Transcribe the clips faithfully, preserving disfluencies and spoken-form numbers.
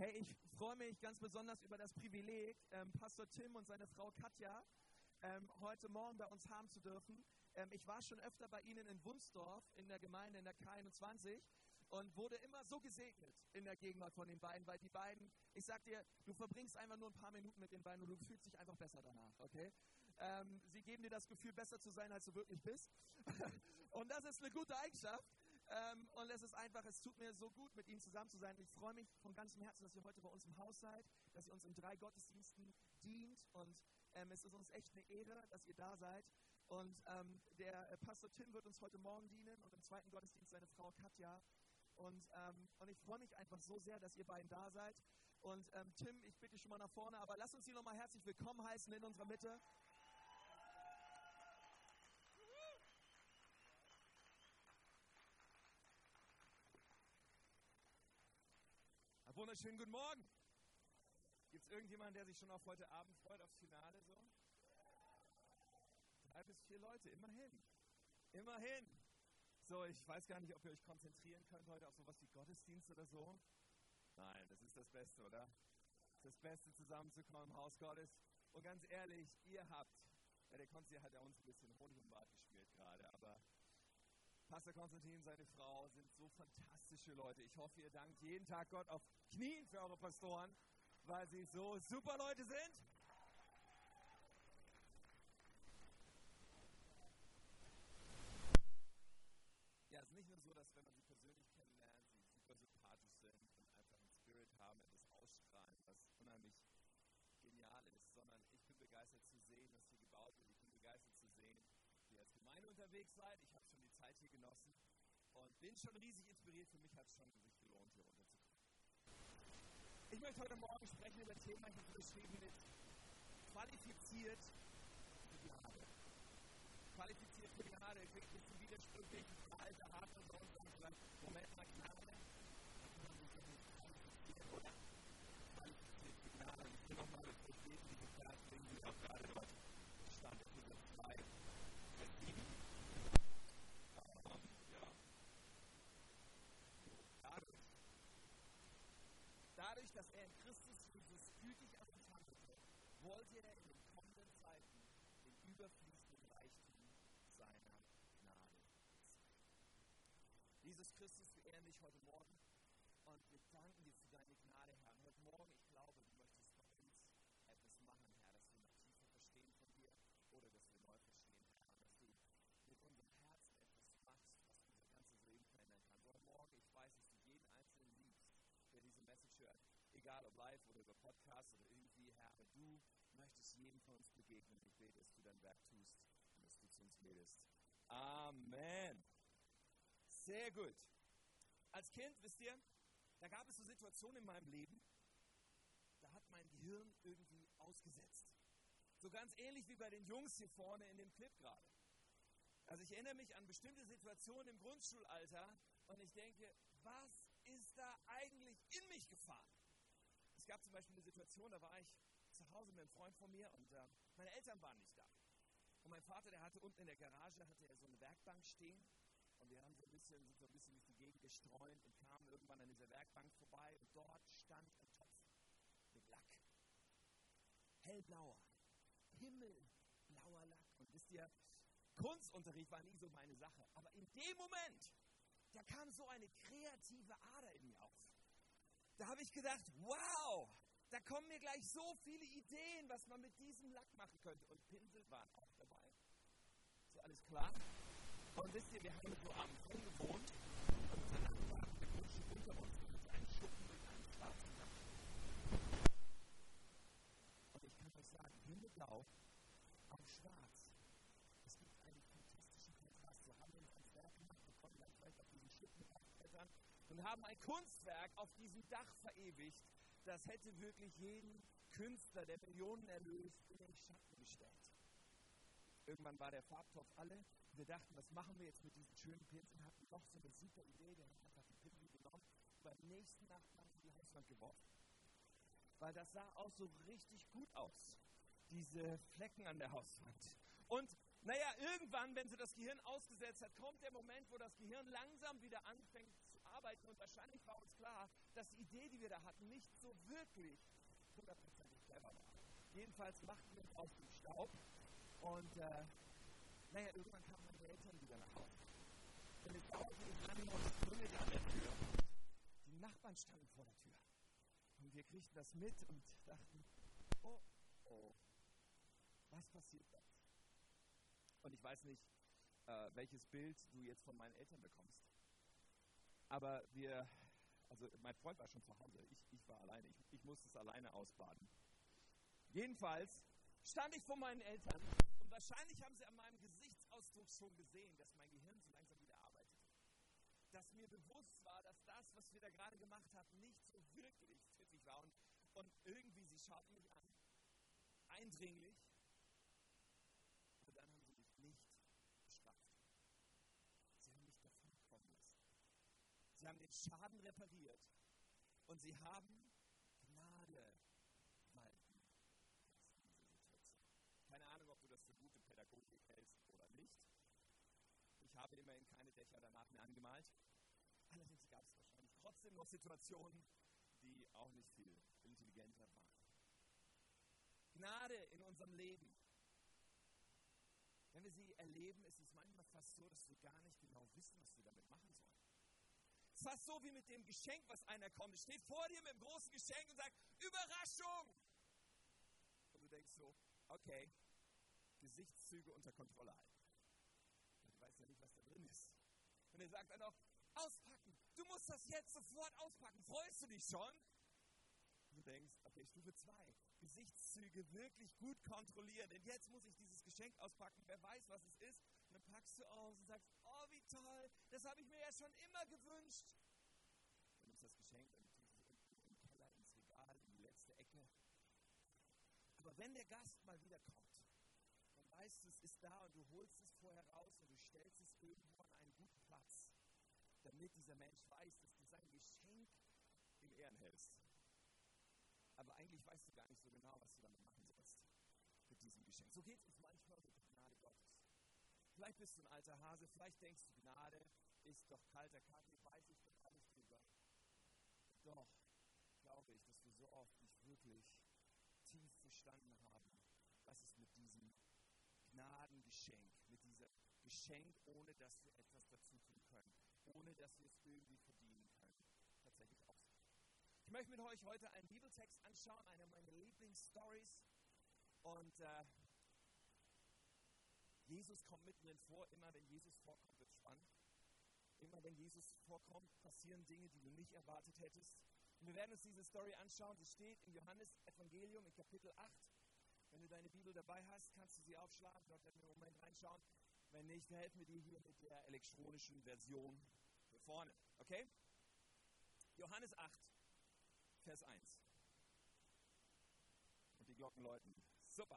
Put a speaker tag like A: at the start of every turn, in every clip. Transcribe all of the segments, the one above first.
A: Hey, ich freue mich ganz besonders über das Privileg, ähm, Pastor Tim und seine Frau Katja ähm, heute Morgen bei uns haben zu dürfen. Ähm, ich war schon öfter bei ihnen in Wunsdorf in der Gemeinde in der K einundzwanzig und wurde immer so gesegnet in der Gegenwart von den beiden, weil die beiden, ich sag dir, du verbringst einfach nur ein paar Minuten mit den beiden und du fühlst dich einfach besser danach, okay? Ähm, sie geben dir das Gefühl, besser zu sein, als du wirklich bist. Und das ist eine gute Eigenschaft. Ähm, und es ist einfach, es tut mir so gut, mit Ihnen zusammen zu sein. Ich freue mich von ganzem Herzen, dass ihr heute bei uns im Haus seid, dass ihr uns in drei Gottesdiensten dient. Und ähm, es ist uns echt eine Ehre, dass ihr da seid. Und ähm, der äh, Pastor Tim wird uns heute Morgen dienen und im zweiten Gottesdienst seine Frau Katja. Und, ähm, und ich freue mich einfach so sehr, dass ihr beiden da seid. Und ähm, Tim, ich bitte dich schon mal nach vorne, aber lass uns hier nochmal herzlich willkommen heißen in unserer Mitte. Wunderschönen guten Morgen. Gibt es irgendjemanden, der sich schon auf heute Abend freut, aufs Finale so? Drei bis vier Leute, immerhin. Immerhin. So, ich weiß gar nicht, ob ihr euch konzentrieren könnt heute auf sowas wie Gottesdienst oder so. Nein, das ist das Beste, oder? Das ist das Beste, zusammenzukommen im Haus Gottes. Und ganz ehrlich, ihr habt, ja, der Konzi hat ja uns ein bisschen Honig im Bart gespielt gerade, aber Pastor Konstantin, seine Frau sind so fantastische Leute. Ich hoffe, ihr dankt jeden Tag Gott auf Knien für eure Pastoren, weil sie so super Leute sind. Ja, es ist nicht nur so, dass wenn man sie persönlich kennenlernt, sie super sympathisch sind und einfach einen Spirit haben, etwas ausstrahlen, was unheimlich genial ist, sondern ich bin begeistert zu sehen, was hier gebaut wird. Ich bin begeistert zu sehen, wie ihr als Gemeinde unterwegs seid. Ich habe schon die Zeit hier genossen und bin schon riesig inspiriert. Für mich hat es schon sich gelohnt, hier runterzukommen. Ich möchte heute Morgen sprechen über das Thema, ich habe beschrieben mit qualifiziert für Gnade. Qualifiziert für Gnade, klingt ein bisschen widersprüchlich, alte Harte und sonst und vielleicht, Moment mal, Gnade, da kann man sich doch nicht qualifizieren, oder? Qualifiziert für Gnade. Ich will nochmal das Propheten, die Vers bringen, die auch gerade dort stand, in Vers zwei, Vers sieben. Ähm, ja. Dadurch, dadurch, dass er in Christus Jesus gütig an uns handelte, wollte er in den kommenden Zeiten den überfließenden Reichtum seiner Gnade zeigen. Jesus Christus, wir ehren dich heute Morgen und wir danken dir für deine Gnade, Herr. Heute Morgen, ich glaube, du möchtest bei uns etwas machen, Herr, dass wir noch tiefer verstehen von dir oder dass wir neu verstehen, Herr, und dass du mit unserem Herzen etwas machst, was unser ganzes Leben verändern kann. So, heute Morgen, ich weiß, dass du jeden Einzelnen liebst, der diese Message hört, egal ob live oder über Podcast oder irgendwie, Herr, aber du möchtest jedem von uns begegnen. Ich bete, dass du dein Werk tust und dass du zu uns redest. Amen. Sehr gut. Als Kind, wisst ihr, da gab es so Situationen in meinem Leben, da hat mein Gehirn irgendwie ausgesetzt. So ganz ähnlich wie bei den Jungs hier vorne in dem Clip gerade. Also ich erinnere mich an bestimmte Situationen im Grundschulalter und ich denke, was ist da eigentlich in mich gefahren? Es gab zum Beispiel eine Situation, da war ich zu Hause mit einem Freund von mir und äh, meine Eltern waren nicht da. Und mein Vater, der hatte unten in der Garage, hatte er so eine Werkbank stehen und wir haben so ein bisschen, sind so ein bisschen durch die Gegend gestreunt und kamen irgendwann an dieser Werkbank vorbei und dort stand ein Topf mit Lack. Hellblauer, himmelblauer Lack. Und wisst ihr, Kunstunterricht war nie so meine Sache, aber in dem Moment, da kam so eine kreative Ader in mir auf. Da habe ich gedacht, wow, da kommen mir gleich so viele Ideen, was man mit diesem Lack machen könnte. Und Pinsel waren auch dabei. So, alles klar? Und wisst ihr, wir haben so am Feld gewohnt und unser Nachbar, der Grundstück unter uns, hatte einen Schuppen mit einem schwarzen Lack. Und ich kann euch sagen, himmelblau auf schwarz. Es gibt einen fantastischen Kontrast. So haben wir uns ans Werk gemacht, wir konnten dann vielleicht auf diesen Schuppen klettern und haben ein Kunstwerk auf diesem Dach verewigt. Das hätte wirklich jeden Künstler, der Millionen erlöst, in den Schatten gestellt. Irgendwann war der Farbtopf alle. Wir dachten, was machen wir jetzt mit diesen schönen Pinseln? Hatten noch so eine super Idee. Wir haben einfach die Pinsel genommen, beim nächsten Nachbarn in die Hauswand geworfen. Weil das sah auch so richtig gut aus. Diese Flecken an der Hauswand. Und naja, irgendwann, wenn so das Gehirn ausgesetzt hat, kommt der Moment, wo das Gehirn langsam wieder anfängt zu arbeiten. arbeiten und wahrscheinlich war uns klar, dass die Idee, die wir da hatten, nicht so wirklich hundertprozentig clever war. Jedenfalls machten wir uns aus dem Staub und äh, naja, irgendwann kamen meine Eltern wieder nach Hause. Und es dauerte nicht lange und es klingelte an der Tür. Die Nachbarn standen vor der Tür. Und wir kriegten das mit und dachten, oh, oh, was passiert da? Und ich weiß nicht, äh, welches Bild du jetzt von meinen Eltern bekommst. Aber wir, also mein Freund war schon zu Hause, ich, ich war alleine, ich, ich musste es alleine ausbaden. Jedenfalls stand ich vor meinen Eltern und wahrscheinlich haben sie an meinem Gesichtsausdruck schon gesehen, dass mein Gehirn so langsam wieder arbeitete. Dass mir bewusst war, dass das, was wir da gerade gemacht haben, nicht so wirklich pfiffig war. Und, und irgendwie, sie schauten mich an, eindringlich, aber dann haben sie mich nicht bestraft. Sie haben mich davonkommen lassen. Sie haben den Schaden repariert und sie haben Gnade walten lassen in dieser Situation. Keine Ahnung, ob du das für gute Pädagogik hältst oder nicht. Ich habe immerhin keine Dächer danach mehr angemalt. Allerdings gab es wahrscheinlich trotzdem noch Situationen, die auch nicht viel intelligenter waren. Gnade in unserem Leben. Wenn wir sie erleben, ist es manchmal fast so, dass wir gar nicht genau wissen, was wir damit machen sollen. Es ist fast so wie mit dem Geschenk, was einer kommt. Es steht vor dir mit dem großen Geschenk und sagt, Überraschung! Und du denkst so, okay, Gesichtszüge unter Kontrolle halten. Du weißt ja nicht, was da drin ist. Und er sagt dann auch, auspacken. Du musst das jetzt sofort auspacken. Freust du dich schon? Und du denkst, okay, Stufe zwei. Gesichtszüge wirklich gut kontrollieren. Denn jetzt muss ich dieses Geschenk auspacken. Wer weiß, was es ist. Und dann packst du aus und sagst, oh, wie toll. Das habe ich mir ja schon immer gewünscht. Dann nimmst du das Geschenk und tust es im Keller, ins Regal, in die letzte Ecke. Aber wenn der Gast mal wiederkommt, dann weißt du, es ist da und du holst es vorher raus und du stellst es irgendwo an einen guten Platz, damit dieser Mensch weiß, dass du sein Geschenk in Ehren hältst. Aber eigentlich weißt du gar nicht so genau, was du damit machen sollst, mit diesem Geschenk. So geht es uns manchmal mit der Gnade Gottes. Vielleicht bist du ein alter Hase, vielleicht denkst du, Gnade ist doch kalter Kaffee, weiß ich doch alles drüber. Doch, glaube ich, dass wir so oft nicht wirklich tief verstanden haben, was es mit diesem Gnadengeschenk, mit diesem Geschenk, ohne dass wir etwas dazu tun können, ohne dass wir es irgendwie verdienen können, tatsächlich aufzunehmen. Ich möchte mit euch heute einen Bibeltext anschauen, eine meiner Lieblingsstories. Und äh, Jesus kommt mitten drin vor. Immer wenn Jesus vorkommt, wird es spannend. Immer wenn Jesus vorkommt, passieren Dinge, die du nicht erwartet hättest. Und wir werden uns diese Story anschauen. Sie steht im Johannes-Evangelium in Kapitel acht. Wenn du deine Bibel dabei hast, kannst du sie aufschlagen. Dort werden wir im Moment reinschauen. Wenn nicht, wir helfen dir hier mit der elektronischen Version hier vorne. Okay? Johannes acht, Vers eins. Und die Glocken läuten. Super.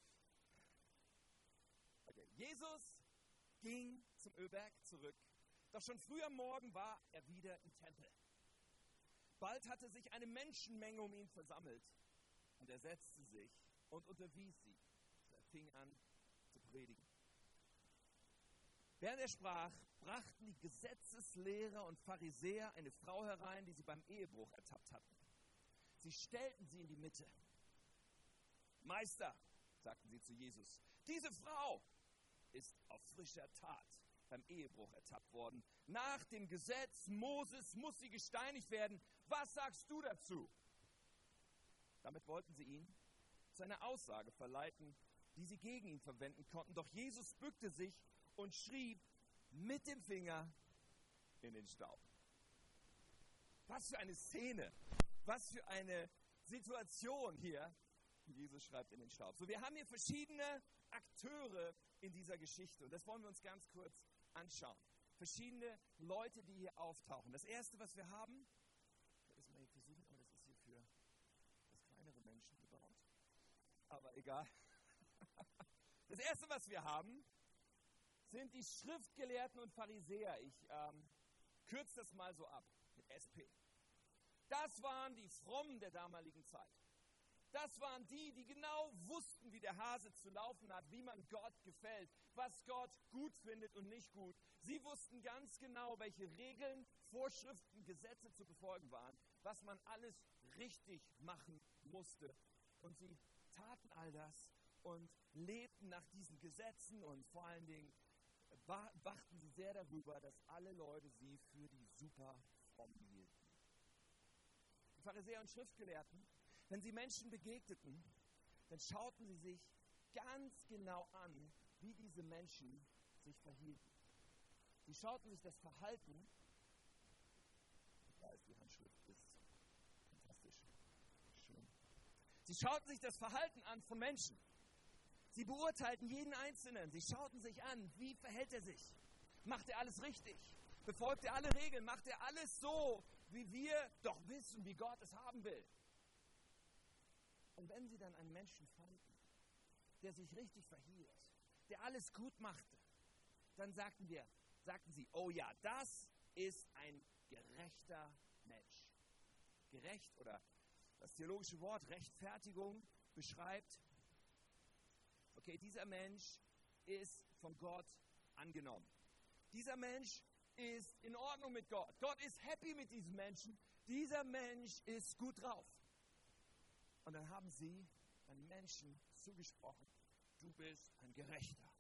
A: Okay. Jesus ging zum Ölberg zurück. Doch schon früh am Morgen war er wieder im Tempel. Bald hatte sich eine Menschenmenge um ihn versammelt. Und er setzte sich und unterwies sie. Er fing an zu predigen. Während er sprach, brachten die Gesetzeslehrer und Pharisäer eine Frau herein, die sie beim Ehebruch ertappt hatten. Sie stellten sie in die Mitte. Meister, sagten sie zu Jesus, diese Frau ist auf frischer Tat beim Ehebruch ertappt worden. Nach dem Gesetz Moses muss sie gesteinigt werden. Was sagst du dazu? Damit wollten sie ihn zu einer Aussage verleiten, die sie gegen ihn verwenden konnten. Doch Jesus bückte sich und schrieb mit dem Finger in den Staub. Was für eine Szene, was für eine Situation hier. Jesus schreibt in den Staub. So, wir haben hier verschiedene Akteure in dieser Geschichte und das wollen wir uns ganz kurz anschauen. Verschiedene Leute, die hier auftauchen. Das erste, was wir haben, ich werde das mal hier versuchen, aber das ist hier für das kleinere Menschen gebaut. Aber egal. Das erste, was wir haben, sind die Schriftgelehrten und Pharisäer. Ich ähm, kürze das mal so ab mit S P. Das waren die Frommen der damaligen Zeit. Das waren die, die genau wussten, wie der Hase zu laufen hat, wie man Gott gefällt, was Gott gut findet und nicht gut. Sie wussten ganz genau, welche Regeln, Vorschriften, Gesetze zu befolgen waren, was man alles richtig machen musste. Und sie taten all das und lebten nach diesen Gesetzen und vor allen Dingen wachten sie sehr darüber, dass alle Leute sie für die super fromm hielten. Die Pharisäer und Schriftgelehrten, wenn sie Menschen begegneten, dann schauten sie sich ganz genau an, wie diese Menschen sich verhielten. Sie schauten sich das Verhalten, ich weiß, die Handschrift ist fantastisch, schön. Sie schauten sich das Verhalten an von Menschen. Sie beurteilten jeden Einzelnen. Sie schauten sich an, wie verhält er sich? Macht er alles richtig? Befolgt er alle Regeln? Macht er alles so, wie wir doch wissen, wie Gott es haben will? Und wenn sie dann einen Menschen fanden, der sich richtig verhielt, der alles gut machte, dann sagten wir, sagten sie, oh ja, das ist ein gerechter Mensch. Gerecht oder das theologische Wort Rechtfertigung beschreibt, okay, dieser Mensch ist von Gott angenommen. Dieser Mensch ist in Ordnung mit Gott. Gott ist happy mit diesem Menschen. Dieser Mensch ist gut drauf. Und dann haben sie einem Menschen zugesprochen, du bist ein Gerechter.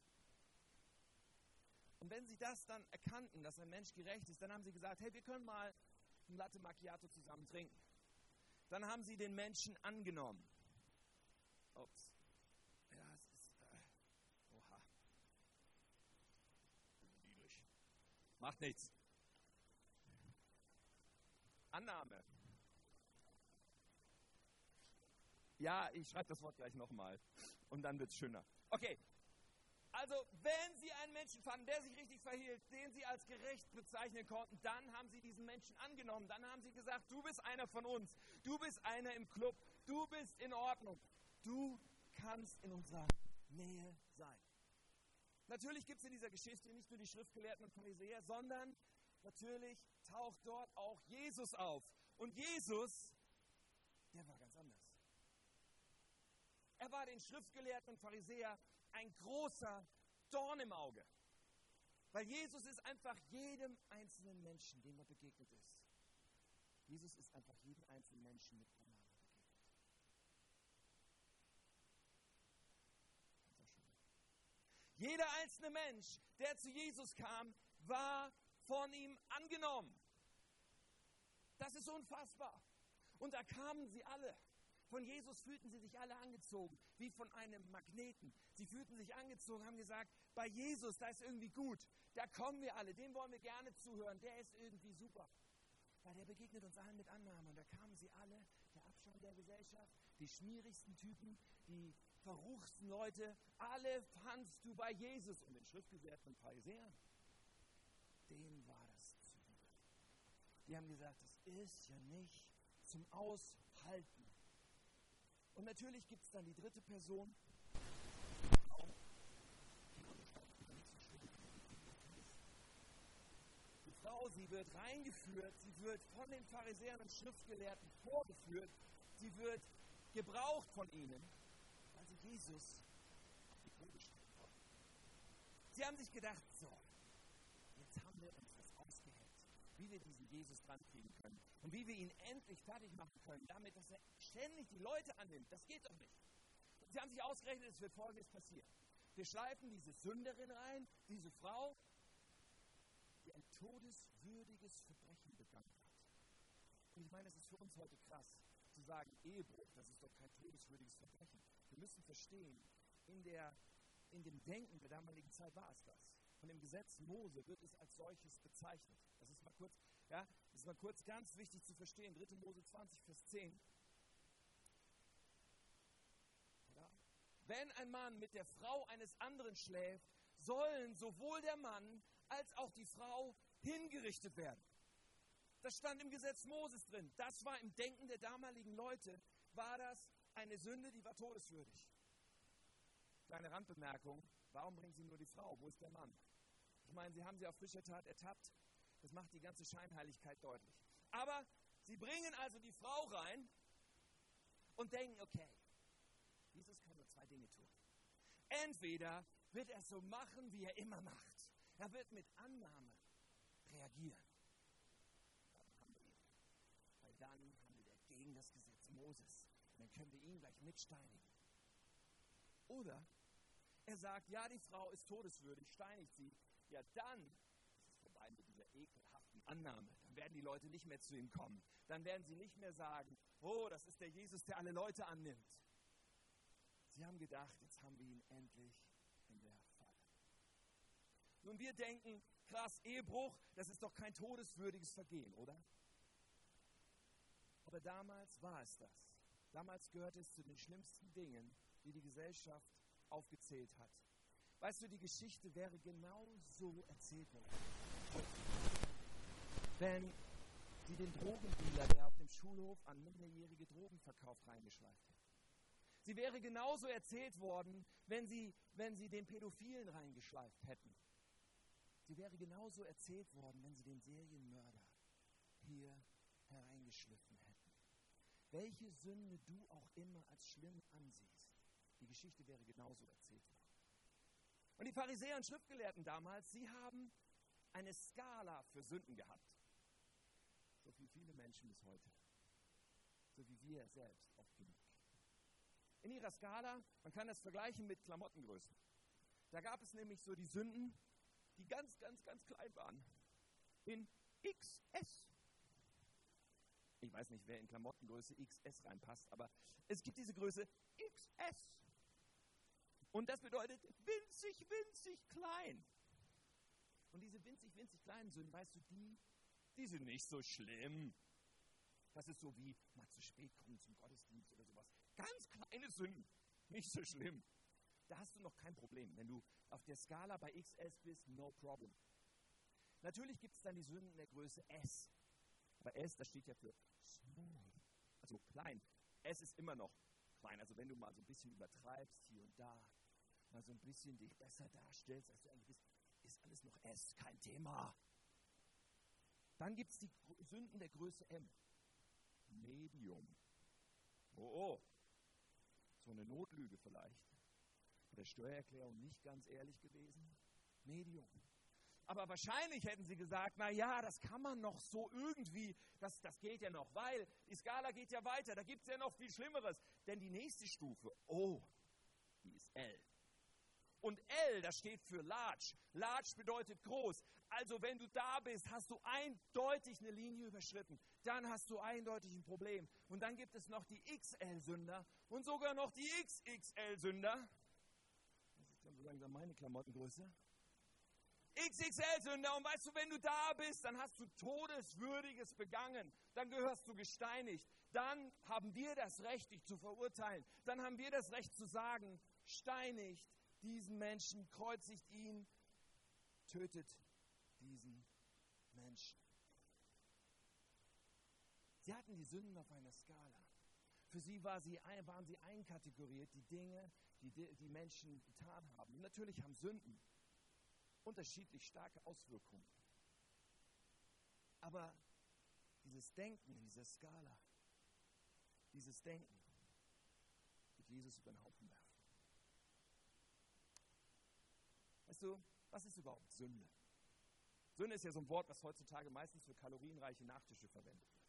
A: Und wenn sie das dann erkannten, dass ein Mensch gerecht ist, dann haben sie gesagt, hey, wir können mal ein Latte Macchiato zusammen trinken. Dann haben sie den Menschen angenommen. Ups. Ja, es ist, äh, oha. Niedrig. Macht nichts. Annahme. Ja, ich schreibe das Wort gleich nochmal und dann wird es schöner. Okay, also wenn Sie einen Menschen fanden, der sich richtig verhielt, den Sie als gerecht bezeichnen konnten, dann haben Sie diesen Menschen angenommen. Dann haben Sie gesagt, du bist einer von uns, du bist einer im Club, du bist in Ordnung, du kannst in unserer Nähe sein. Natürlich gibt es in dieser Geschichte nicht nur die Schriftgelehrten und Pharisäer, sondern natürlich taucht dort auch Jesus auf. Und Jesus, der war ganz anders. Er war den Schriftgelehrten und Pharisäern ein großer Dorn im Auge. Weil Jesus ist einfach jedem einzelnen Menschen, dem er begegnet ist. Jesus ist einfach jedem einzelnen Menschen mit Namen begegnet. Jeder einzelne Mensch, der zu Jesus kam, war von ihm angenommen. Das ist unfassbar. Und da kamen sie alle. Von Jesus fühlten sie sich alle angezogen, wie von einem Magneten. Sie fühlten sich angezogen, haben gesagt, bei Jesus, da ist irgendwie gut. Da kommen wir alle, dem wollen wir gerne zuhören. Der ist irgendwie super. Weil der begegnet uns allen mit Annahme. Und da kamen sie alle, der Abschaum der Gesellschaft, die schmierigsten Typen, die verruchsten Leute. Alle fandst du bei Jesus. Und den Schriftgelehrten und Pharisäern, denen war das zu gut. Die haben gesagt, das ist ja nicht zum Aushalten. Und natürlich gibt es dann die dritte Person. Die Frau, sie wird reingeführt, sie wird von den Pharisäern und Schriftgelehrten vorgeführt, sie wird gebraucht von ihnen, weil sie Jesus auf die Probe stellen wollen. Sie haben sich gedacht, so, jetzt haben wir uns das ausgeheckt, wie wir diesen Jesus dran kriegen können und wie wir ihn endlich fertig machen können, damit, dass er ständig die Leute annimmt. Das geht doch nicht. Und sie haben sich ausgerechnet, es wird Folgendes passieren. Wir schleifen diese Sünderin rein, diese Frau, die ein todeswürdiges Verbrechen begangen hat. Und ich meine, das ist für uns heute krass, zu sagen, Ehebruch, das ist doch kein todeswürdiges Verbrechen. Wir müssen verstehen, in, der, in dem Denken der damaligen Zeit war es das. Von dem Gesetz Mose wird es als solches bezeichnet. Das ist mal kurz, ja, das ist mal kurz ganz wichtig zu verstehen. dritte Mose zwanzig, Vers zehn. Ja. Wenn ein Mann mit der Frau eines anderen schläft, sollen sowohl der Mann als auch die Frau hingerichtet werden. Das stand im Gesetz Moses drin. Das war im Denken der damaligen Leute, war das eine Sünde, die war todeswürdig. Kleine Randbemerkung, warum bringen sie nur die Frau? Wo ist der Mann? Ich meine, sie haben sie auf frischer Tat ertappt. Das macht die ganze Scheinheiligkeit deutlich. Aber sie bringen also die Frau rein und und denken, okay, Jesus kann nur zwei Dinge tun. Entweder wird er so machen, wie er immer macht. Er wird mit Annahme reagieren. Dann haben wir ihn. Weil dann handelt er gegen das Gesetz Moses. Und dann können wir ihn gleich mitsteinigen. Oder er sagt, ja, die Frau ist todeswürdig, steinigt sie. Ja, dann ist es vorbei mit dieser ekelhaften Annahme. Dann werden die Leute nicht mehr zu ihm kommen. Dann werden sie nicht mehr sagen, oh, das ist der Jesus, der alle Leute annimmt. Sie haben gedacht, jetzt haben wir ihn endlich in der Falle. Nun, wir denken, krass, Ehebruch, das ist doch kein todeswürdiges Vergehen, oder? Aber damals war es das. Damals gehörte es zu den schlimmsten Dingen, die die Gesellschaft aufgezählt hat. Weißt du, die Geschichte wäre genau so erzählt worden. Wenn sie den Drogendealer, der auf dem Schulhof an minderjährige Drogenverkauf reingeschleift hätten. Sie wäre genauso erzählt worden, wenn sie, wenn sie den Pädophilen reingeschleift hätten. Sie wäre genauso erzählt worden, wenn sie den Serienmörder hier hereingeschliffen hätten. Welche Sünde du auch immer als schlimm ansiehst, die Geschichte wäre genauso erzählt worden. Und die Pharisäer und Schriftgelehrten damals, sie haben eine Skala für Sünden gehabt. So wie viele Menschen bis heute. So wie wir selbst oft genug. In ihrer Skala, man kann das vergleichen mit Klamottengrößen. Da gab es nämlich so die Sünden, die ganz, ganz, ganz klein waren. In X S. Ich weiß nicht, wer in Klamottengröße X S reinpasst, aber es gibt diese Größe X S. Und das bedeutet winzig, winzig klein. Und diese winzig, winzig kleinen Sünden, weißt du, die, die sind nicht so schlimm. Das ist so wie mal zu spät kommen zum Gottesdienst oder sowas. Ganz kleine Sünden, nicht so schlimm. Da hast du noch kein Problem. Wenn du auf der Skala bei X S bist, no problem. Natürlich gibt es dann die Sünden der Größe S. Aber S, das steht ja für small, also klein. S ist immer noch klein. Also wenn du mal so ein bisschen übertreibst, hier und da, mal so ein bisschen dich besser darstellst, als du eigentlich bist, ist alles noch S, kein Thema. Dann gibt es die Sünden der Größe M. Medium. Oh, oh. So eine Notlüge vielleicht. Bei der Steuererklärung nicht ganz ehrlich gewesen. Medium. Aber wahrscheinlich hätten sie gesagt, na ja, das kann man noch so irgendwie, das, das geht ja noch, weil die Skala geht ja weiter, da gibt es ja noch viel Schlimmeres. Denn die nächste Stufe, oh, die ist L. Und L, das steht für large. Large bedeutet groß. Also wenn du da bist, hast du eindeutig eine Linie überschritten. Dann hast du eindeutig ein Problem. Und dann gibt es noch die X L-Sünder und sogar noch die X X L-Sünder. Das ist dann so langsam meine Klamottengröße. X X L-Sünder. Und weißt du, wenn du da bist, dann hast du Todeswürdiges begangen. Dann gehörst du gesteinigt. Dann haben wir das Recht, dich zu verurteilen. Dann haben wir das Recht zu sagen, steinigt diesen Menschen, kreuzigt ihn, tötet diesen Menschen. Sie hatten die Sünden auf einer Skala. Für sie, war sie waren sie einkategoriert, die Dinge, die die Menschen getan haben. Und natürlich haben Sünden unterschiedlich starke Auswirkungen. Aber dieses Denken in dieser Skala, dieses Denken wird Jesus über den Haufen werfen. Weißt du, was ist überhaupt Sünde? Sünde ist ja so ein Wort, was heutzutage meistens für kalorienreiche Nachtische verwendet wird.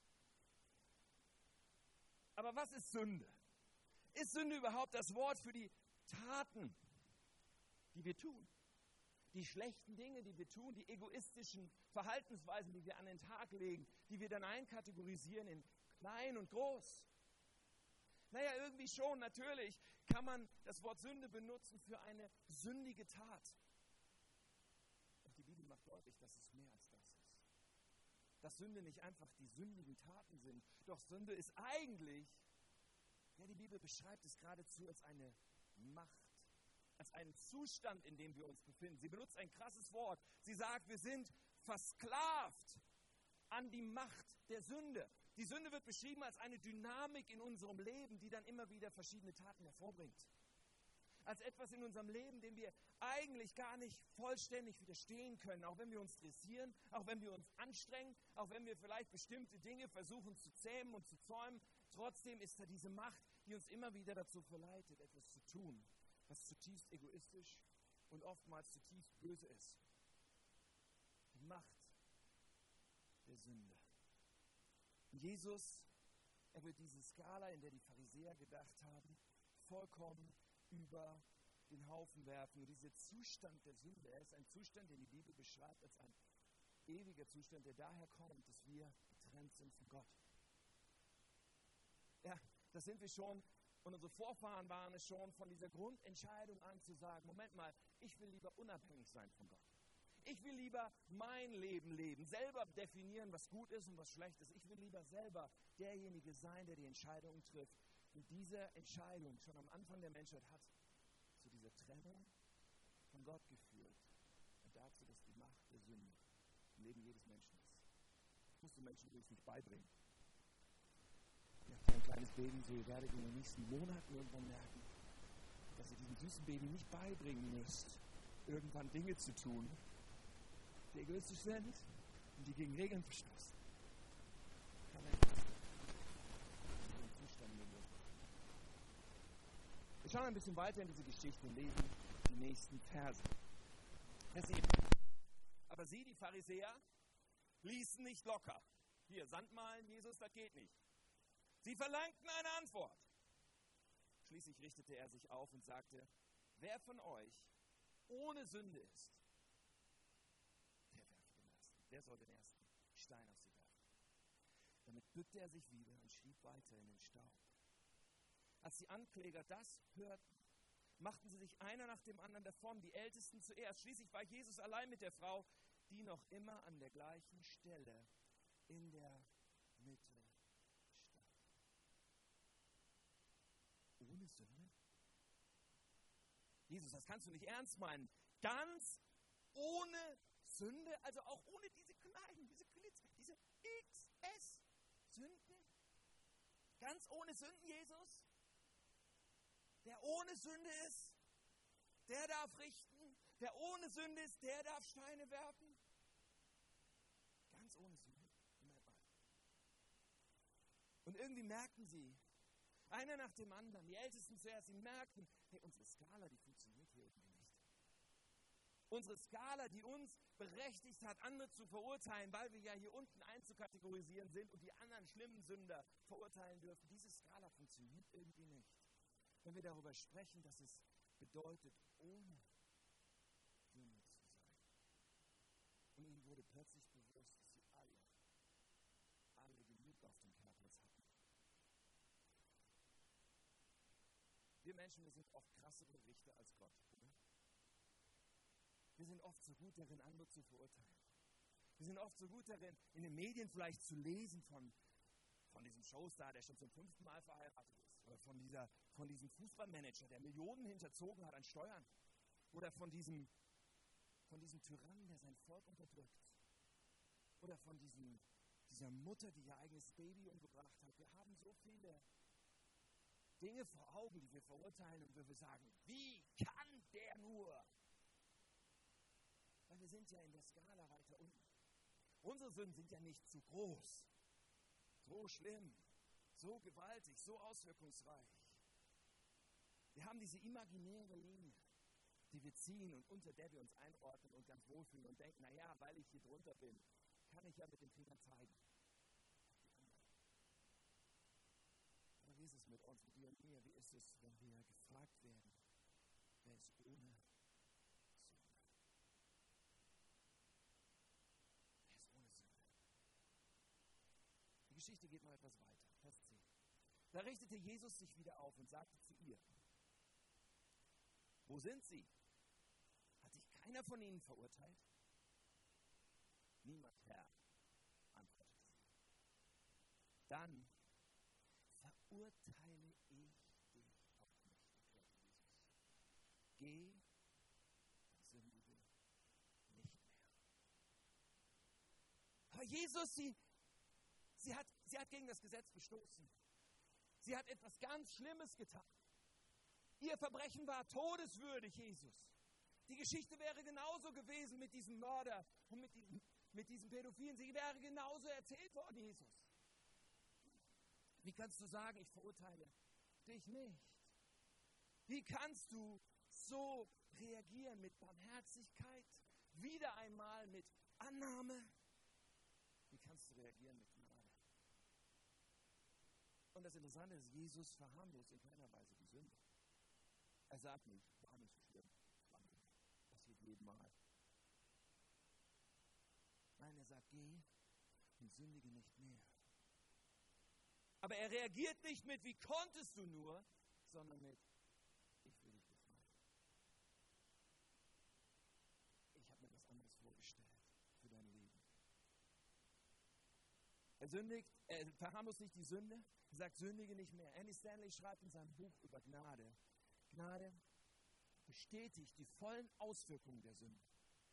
A: Aber was ist Sünde? Ist Sünde überhaupt das Wort für die Taten, die wir tun? Die schlechten Dinge, die wir tun, die egoistischen Verhaltensweisen, die wir an den Tag legen, die wir dann einkategorisieren in klein und groß? Naja, irgendwie schon, natürlich kann man das Wort Sünde benutzen für eine sündige Tat. Doch die Bibel macht deutlich, dass es mehr als das ist. Dass Sünde nicht einfach die sündigen Taten sind, doch Sünde ist eigentlich, ja, die Bibel beschreibt es geradezu als eine Macht, als einen Zustand, in dem wir uns befinden. Sie benutzt ein krasses Wort. Sie sagt, wir sind versklavt an die Macht der Sünde. Die Sünde wird beschrieben als eine Dynamik in unserem Leben, die dann immer wieder verschiedene Taten hervorbringt. Als etwas in unserem Leben, dem wir eigentlich gar nicht vollständig widerstehen können, auch wenn wir uns dressieren, auch wenn wir uns anstrengen, auch wenn wir vielleicht bestimmte Dinge versuchen zu zähmen und zu zäumen, Trotzdem ist da diese Macht, die uns immer wieder dazu verleitet, etwas zu tun, was zutiefst egoistisch und oftmals zutiefst böse ist. Die Macht der Sünde. Und Jesus, er wird diese Skala, in der die Pharisäer gedacht haben, vollkommen über den Haufen werfen. Und dieser Zustand der Sünde, er ist ein Zustand, den die Bibel beschreibt als ein ewiger Zustand, der daher kommt, dass wir getrennt sind von Gott. Ja, das sind wir schon, und unsere Vorfahren waren es schon, von dieser Grundentscheidung an zu sagen, Moment mal, ich will lieber unabhängig sein von Gott. Ich will lieber mein Leben leben, selber definieren, was gut ist und was schlecht ist. Ich will lieber selber derjenige sein, der die Entscheidungen trifft. Und diese Entscheidung schon am Anfang der Menschheit hat zu dieser Trennung von Gott geführt und dazu, dass die Macht der Sünde im Leben jedes Menschen ist. Das musst du Menschen übrigens nicht beibringen. Ihr habt ein kleines Baby, so ihr werdet in den nächsten Monaten irgendwann merken, dass ihr diesem süßen Baby nicht beibringen müsst, irgendwann Dinge zu tun, die egoistisch sind und die gegen Regeln verstoßen. Kann er in den Zustand gehen. Wir schauen ein bisschen weiter in diese Geschichte und lesen die nächsten Verse. Vers sieben. Aber sie, die Pharisäer, ließen nicht locker. Hier, Sandmalen, Jesus, das geht nicht. Sie verlangten eine Antwort. Schließlich richtete er sich auf und sagte, wer von euch ohne Sünde ist, der werfe den ersten. Der soll den ersten Stein auf sie werfen. Damit bückte er sich wieder und schrieb weiter in den Staub. Als die Ankläger das hörten, machten sie sich einer nach dem anderen davon, die Ältesten zuerst. Schließlich war Jesus allein mit der Frau, die noch immer an der gleichen Stelle in der Mitte stand. Ohne Sünde? Jesus, das kannst du nicht ernst meinen. Ganz ohne Sünde, also auch ohne diese kleinen, diese Klitz, diese X S-Sünden? Ganz ohne Sünden, Jesus? Der ohne Sünde ist, der darf richten. Der ohne Sünde ist, der darf Steine werfen. Ganz ohne Sünde. Moment mal. Und irgendwie merken sie, einer nach dem anderen, die Ältesten zuerst, sie merkten, hey, unsere Skala, die funktioniert hier irgendwie nicht. Unsere Skala, die uns berechtigt hat, andere zu verurteilen, weil wir ja hier unten einzukategorisieren sind und die anderen schlimmen Sünder verurteilen dürfen, diese Skala funktioniert irgendwie nicht. Wenn wir darüber sprechen, dass es bedeutet, ohne Sünde zu sein. Und ihnen wurde plötzlich bewusst, dass sie alle, alle genug auf dem Kerbholz hatten. Wir Menschen, wir sind oft krassere Richter als Gott, oder? Wir sind oft so gut darin, andere zu verurteilen. Wir sind oft so gut darin, in den Medien vielleicht zu lesen von, von diesem Showstar, der schon zum fünften Mal verheiratet ist. Oder von, dieser, von diesem Fußballmanager, der Millionen hinterzogen hat an Steuern. Oder von diesem, von diesem Tyrannen, der sein Volk unterdrückt. Oder von diesem, dieser Mutter, die ihr eigenes Baby umgebracht hat. Wir haben so viele Dinge vor Augen, die wir verurteilen und wir sagen, wie kann der nur? Weil wir sind ja in der Skala weiter unten. Unsere Sünden sind ja nicht zu groß, so schlimm, so gewaltig, so auswirkungsreich. Wir haben diese imaginäre Linie, die wir ziehen und unter der wir uns einordnen und ganz wohlfühlen und denken, naja, weil ich hier drunter bin, kann ich ja mit dem Finger zeigen. Aber wie ist es mit uns, mit dir und mir? Wie ist es, wenn wir gefragt werden, wer ist ohne Sünde? Wer ist ohne Sünde? Die Geschichte geht noch etwas weiter. Vers zehn. Da richtete Jesus sich wieder auf und sagte zu ihr, wo sind sie? Hat dich keiner von ihnen verurteilt? Niemand, Herr, antwortete sie. Dann verurteile ich dich auch nicht, erklärte Jesus. Geh und sündige nicht mehr. Aber Jesus, sie, sie, hat, sie hat gegen das Gesetz verstoßen. Sie hat etwas ganz Schlimmes getan. Ihr Verbrechen war todeswürdig, Jesus. Die Geschichte wäre genauso gewesen mit diesem Mörder und mit diesem, mit diesem Pädophilen. Sie wäre genauso erzählt worden, Jesus. Wie kannst du sagen, ich verurteile dich nicht? Wie kannst du so reagieren mit Barmherzigkeit? Wieder einmal mit Annahme? Wie kannst du reagieren mit Gnade? Und das Interessante ist, Jesus verharmlost in keiner Weise die Sünde. Er sagt nicht, war nicht so schlimm, passiert jedem Mal. Nein, er sagt, geh und sündige nicht mehr. Aber er reagiert nicht mit, wie konntest du nur, sondern mit, ich will dich befreien. Ich habe mir was anderes vorgestellt für dein Leben. Er sündigt, er verharmlost nicht die Sünde, er sagt, sündige nicht mehr. Andy Stanley schreibt in seinem Buch über Gnade, Gnade bestätigt die vollen Auswirkungen der Sünde.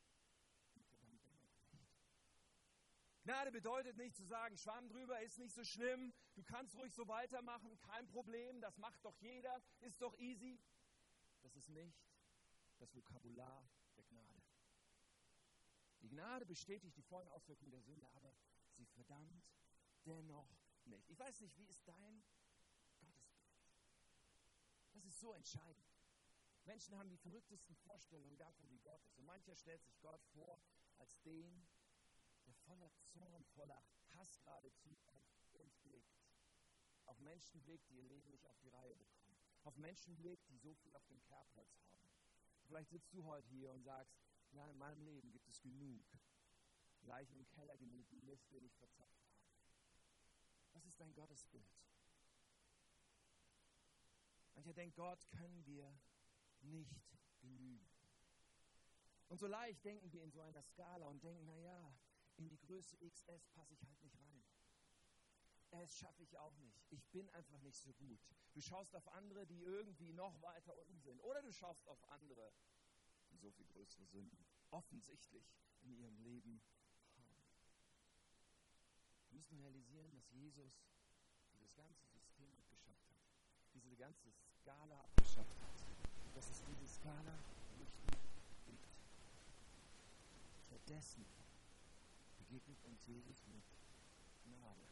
A: Gnade bedeutet nicht zu sagen, Schwamm drüber, ist nicht so schlimm, du kannst ruhig so weitermachen, kein Problem, das macht doch jeder, ist doch easy. Das ist nicht das Vokabular der Gnade. Die Gnade bestätigt die vollen Auswirkungen der Sünde, aber sie verdammt dennoch nicht. Ich weiß nicht, wie ist dein Gottesbild? Das ist so entscheidend. Menschen haben die verrücktesten Vorstellungen davon, wie Gott ist. Und mancher stellt sich Gott vor als den, der voller Zorn, voller Hass geradezu auf uns blickt. Auf Menschen blickt, die ihr Leben nicht auf die Reihe bekommen. Auf Menschen blickt, die so viel auf dem Kerbholz haben. Vielleicht sitzt du heute hier und sagst, ja, in meinem Leben gibt es genug Leichen im Keller, genug Mist, den ich verzapft habe. Was ist dein Gottesbild? Mancher denkt, Gott können wir nicht genügen. Und so leicht denken wir in so einer Skala und denken, naja, in die Größe X S passe ich halt nicht rein. S schaffe ich auch nicht. Ich bin einfach nicht so gut. Du schaust auf andere, die irgendwie noch weiter unten sind. Oder du schaust auf andere, die so viel größere Sünden offensichtlich in ihrem Leben haben. Wir müssen realisieren, dass Jesus dieses ganze System abgeschafft hat. Diese ganze Skala abgeschafft hat. Dass es diese Skala nicht mehr gibt. Stattdessen begegnet uns Jesus mit Gnade.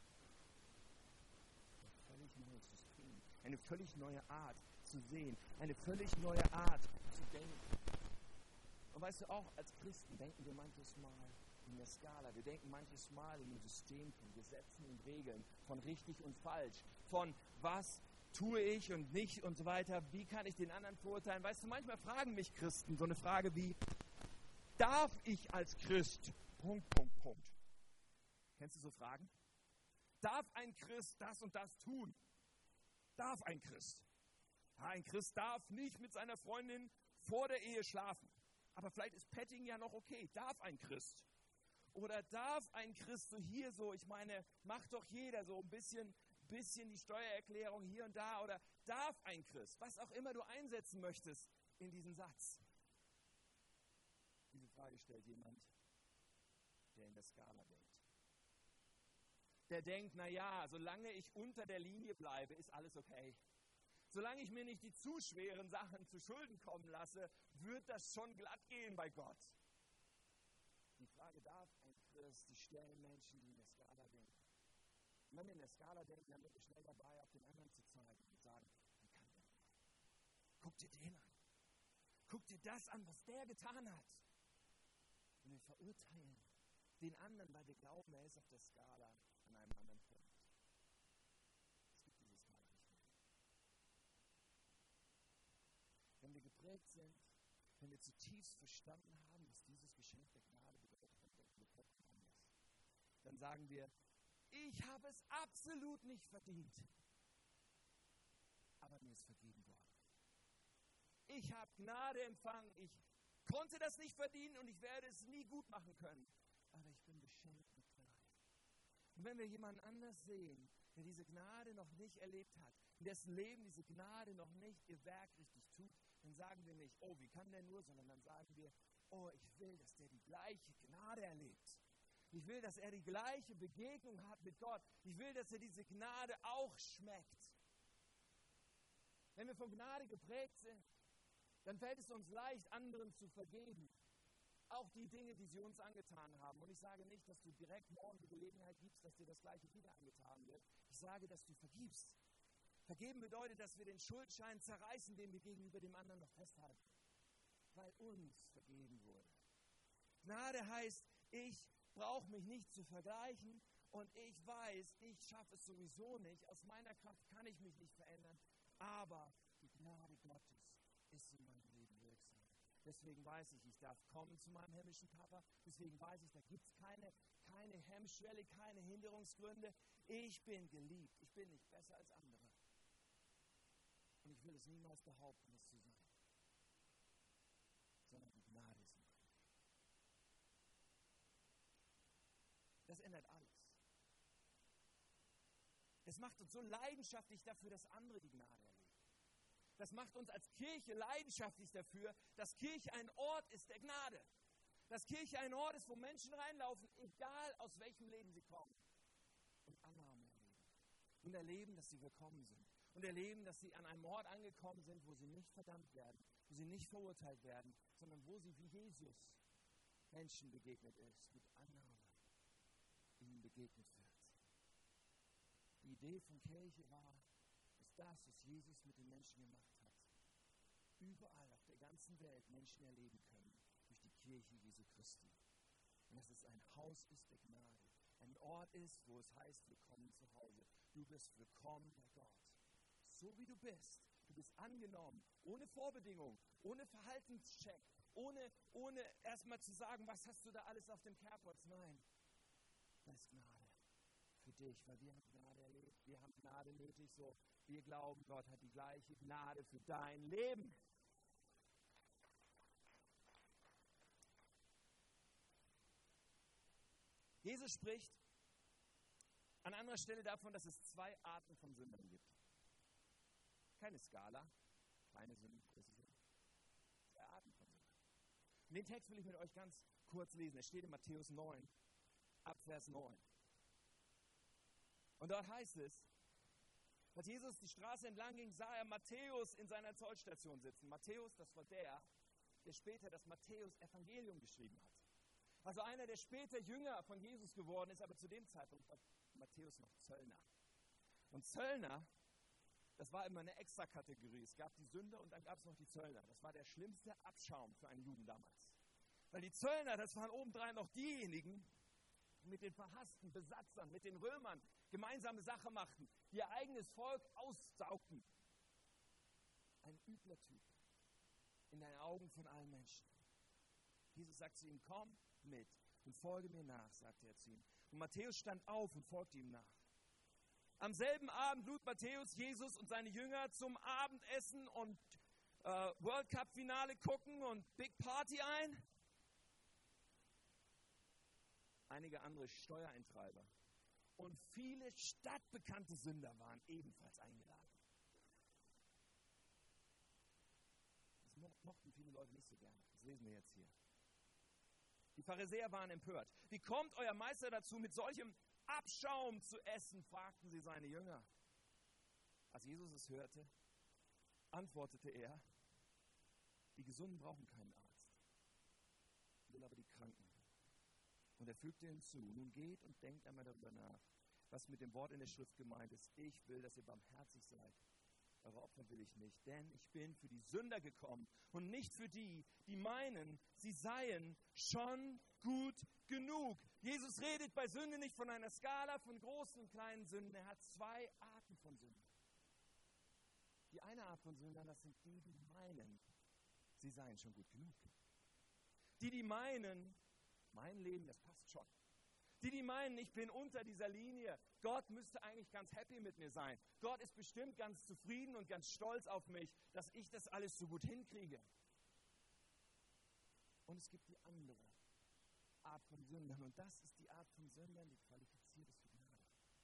A: Ein völlig neues System. Eine völlig neue Art zu sehen. Eine völlig neue Art zu denken. Und weißt du, auch als Christen denken wir manches Mal in der Skala. Wir denken manches Mal in dem System von Gesetzen und Regeln, von richtig und falsch, von was tue ich und nicht und so weiter. Wie kann ich den anderen verurteilen? Weißt du, manchmal fragen mich Christen so eine Frage wie, darf ich als Christ Punkt, Punkt, Punkt. Kennst du so Fragen? Darf ein Christ das und das tun? Darf ein Christ? Ja, ein Christ darf nicht mit seiner Freundin vor der Ehe schlafen. Aber vielleicht ist Petting ja noch okay. Darf ein Christ? Oder darf ein Christ so hier so, ich meine, macht doch jeder so ein bisschen, bisschen die Steuererklärung hier und da. Oder darf ein Christ? Was auch immer du einsetzen möchtest in diesen Satz. Diese Frage stellt jemand, der in der Skala denkt. Der denkt, naja, solange ich unter der Linie bleibe, ist alles okay. Solange ich mir nicht die zu schweren Sachen zu Schulden kommen lasse, wird das schon glatt gehen bei Gott. Die Frage darf ein Christ, die stellen Menschen, die in der Skala denken. Und wenn wir in der Skala denken, dann sind wir schnell dabei, auf den anderen zu zeigen und sagen, wie kann der denn? Guck dir den an. Guck dir das an, was der getan hat. Und wir verurteilen den anderen, weil wir glauben, er ist auf der Skala an einem anderen Punkt. Es gibt diese Skala nicht mehr. Wenn wir geprägt sind, wenn wir zutiefst verstanden haben, was dieses Geschenk der Gnade bedeutet, dann sagen wir, ich habe es absolut nicht verdient. Aber mir ist vergeben worden. Ich habe Gnade empfangen, ich konnte das nicht verdienen und ich werde es nie gut machen können. Aber ich bin beschenkt mit Gnade. Und wenn wir jemanden anders sehen, der diese Gnade noch nicht erlebt hat, in dessen Leben diese Gnade noch nicht ihr Werk richtig tut, dann sagen wir nicht, oh, wie kann der nur, sondern dann sagen wir, oh, ich will, dass der die gleiche Gnade erlebt. Ich will, dass er die gleiche Begegnung hat mit Gott. Ich will, dass er diese Gnade auch schmeckt. Wenn wir von Gnade geprägt sind, dann fällt es uns leicht, anderen zu vergeben. auch die Dinge, die sie uns angetan haben. Und ich sage nicht, dass du direkt morgen die Gelegenheit gibst, dass dir das Gleiche wieder angetan wird. Ich sage, dass du vergibst. Vergeben bedeutet, dass wir den Schuldschein zerreißen, den wir gegenüber dem anderen noch festhalten, weil uns vergeben wurde. Gnade heißt, ich brauche mich nicht zu vergleichen und ich weiß, ich schaffe es sowieso nicht. Aus meiner Kraft kann ich mich nicht verändern, aber die Gnade Gottes ist in meinem Leben wirksam. Deswegen weiß ich, ich darf kommen zu meinem himmlischen Papa. Deswegen weiß ich, da gibt es keine, keine Hemmschwelle, keine Hinderungsgründe. Ich bin geliebt. Ich bin nicht besser als andere. Und ich will es niemals behaupten, es zu sein. Sondern die Gnade ist in meinem Leben. Das ändert alles. Es macht uns so leidenschaftlich dafür, dass andere die Gnade erleben. Das macht uns als Kirche leidenschaftlich dafür, dass Kirche ein Ort ist der Gnade. Dass Kirche ein Ort ist, wo Menschen reinlaufen, egal aus welchem Leben sie kommen. Und Annahme erleben. Und erleben, dass sie willkommen sind. Und erleben, dass sie an einem Ort angekommen sind, wo sie nicht verdammt werden, wo sie nicht verurteilt werden, sondern wo sie wie Jesus Menschen begegnet ist, mit Annahme ihnen begegnet wird. Die Idee von Kirche war, dass das, was Jesus mit den Menschen gemacht hat, überall auf der ganzen Welt Menschen erleben können durch die Kirche Jesu Christi. Und dass es ein Haus ist der Gnade, ein Ort ist, wo es heißt, willkommen zu Hause. Du bist willkommen bei Gott. So wie du bist. Du bist angenommen, ohne Vorbedingung, ohne Verhaltenscheck, ohne, ohne erstmal zu sagen, was hast du da alles auf dem Kerbholz. Nein, das ist Gnade für dich, weil wir haben Gnade erlebt. Wir haben Gnade nötig, so wir glauben, Gott hat die gleiche Gnade für dein Leben. Jesus spricht an anderer Stelle davon, dass es zwei Arten von Sündern gibt. Keine Skala, keine Sünden, das ist zwei Arten von Sündern. Und den Text will ich mit euch ganz kurz lesen. Er steht in Matthäus neun, ab Vers neun. Und dort heißt es, als Jesus die Straße entlang ging, sah er Matthäus in seiner Zollstation sitzen. Matthäus, das war der, der später das Matthäus-Evangelium geschrieben hat. Also einer, der später Jünger von Jesus geworden ist, aber zu dem Zeitpunkt war Matthäus noch Zöllner. Und Zöllner, das war immer eine Extrakategorie. Es gab die Sünder und dann gab es noch die Zöllner. Das war der schlimmste Abschaum für einen Juden damals. Weil die Zöllner, das waren obendrein noch diejenigen, die mit den verhassten Besatzern, mit den Römern gemeinsame Sache machten, die ihr eigenes Volk aussaugten. Ein übler Typ in den Augen von allen Menschen. Jesus sagt zu ihm, komm mit und folge mir nach, sagte er zu ihm. Und Matthäus stand auf und folgte ihm nach. Am selben Abend lud Matthäus Jesus und seine Jünger zum Abendessen und äh, World Cup Finale gucken und Big Party ein. Einige andere Steuereintreiber und viele stadtbekannte Sünder waren ebenfalls eingeladen. Das mochten viele Leute nicht so gerne. Das lesen wir jetzt hier. Die Pharisäer waren empört. Wie kommt euer Meister dazu, mit solchem Abschaum zu essen, fragten sie seine Jünger. Als Jesus es hörte, antwortete er, die Gesunden brauchen keinen Arzt, will aber die Kranken. Und er fügte hinzu, nun geht und denkt einmal darüber nach, was mit dem Wort in der Schrift gemeint ist. Ich will, dass ihr barmherzig seid. Eure Opfer will ich nicht, denn ich bin für die Sünder gekommen und nicht für die, die meinen, sie seien schon gut genug. Jesus redet bei Sünde nicht von einer Skala von großen und kleinen Sünden. Er hat zwei Arten von Sünden. Die eine Art von Sündern, das sind die, die meinen, sie seien schon gut genug. Die, die meinen, mein Leben, das passt schon. Die, die meinen, ich bin unter dieser Linie. Gott müsste eigentlich ganz happy mit mir sein. Gott ist bestimmt ganz zufrieden und ganz stolz auf mich, dass ich das alles so gut hinkriege. Und es gibt die andere Art von Sündern. Und das ist die Art von Sündern, die qualifiziert ist für Gnade.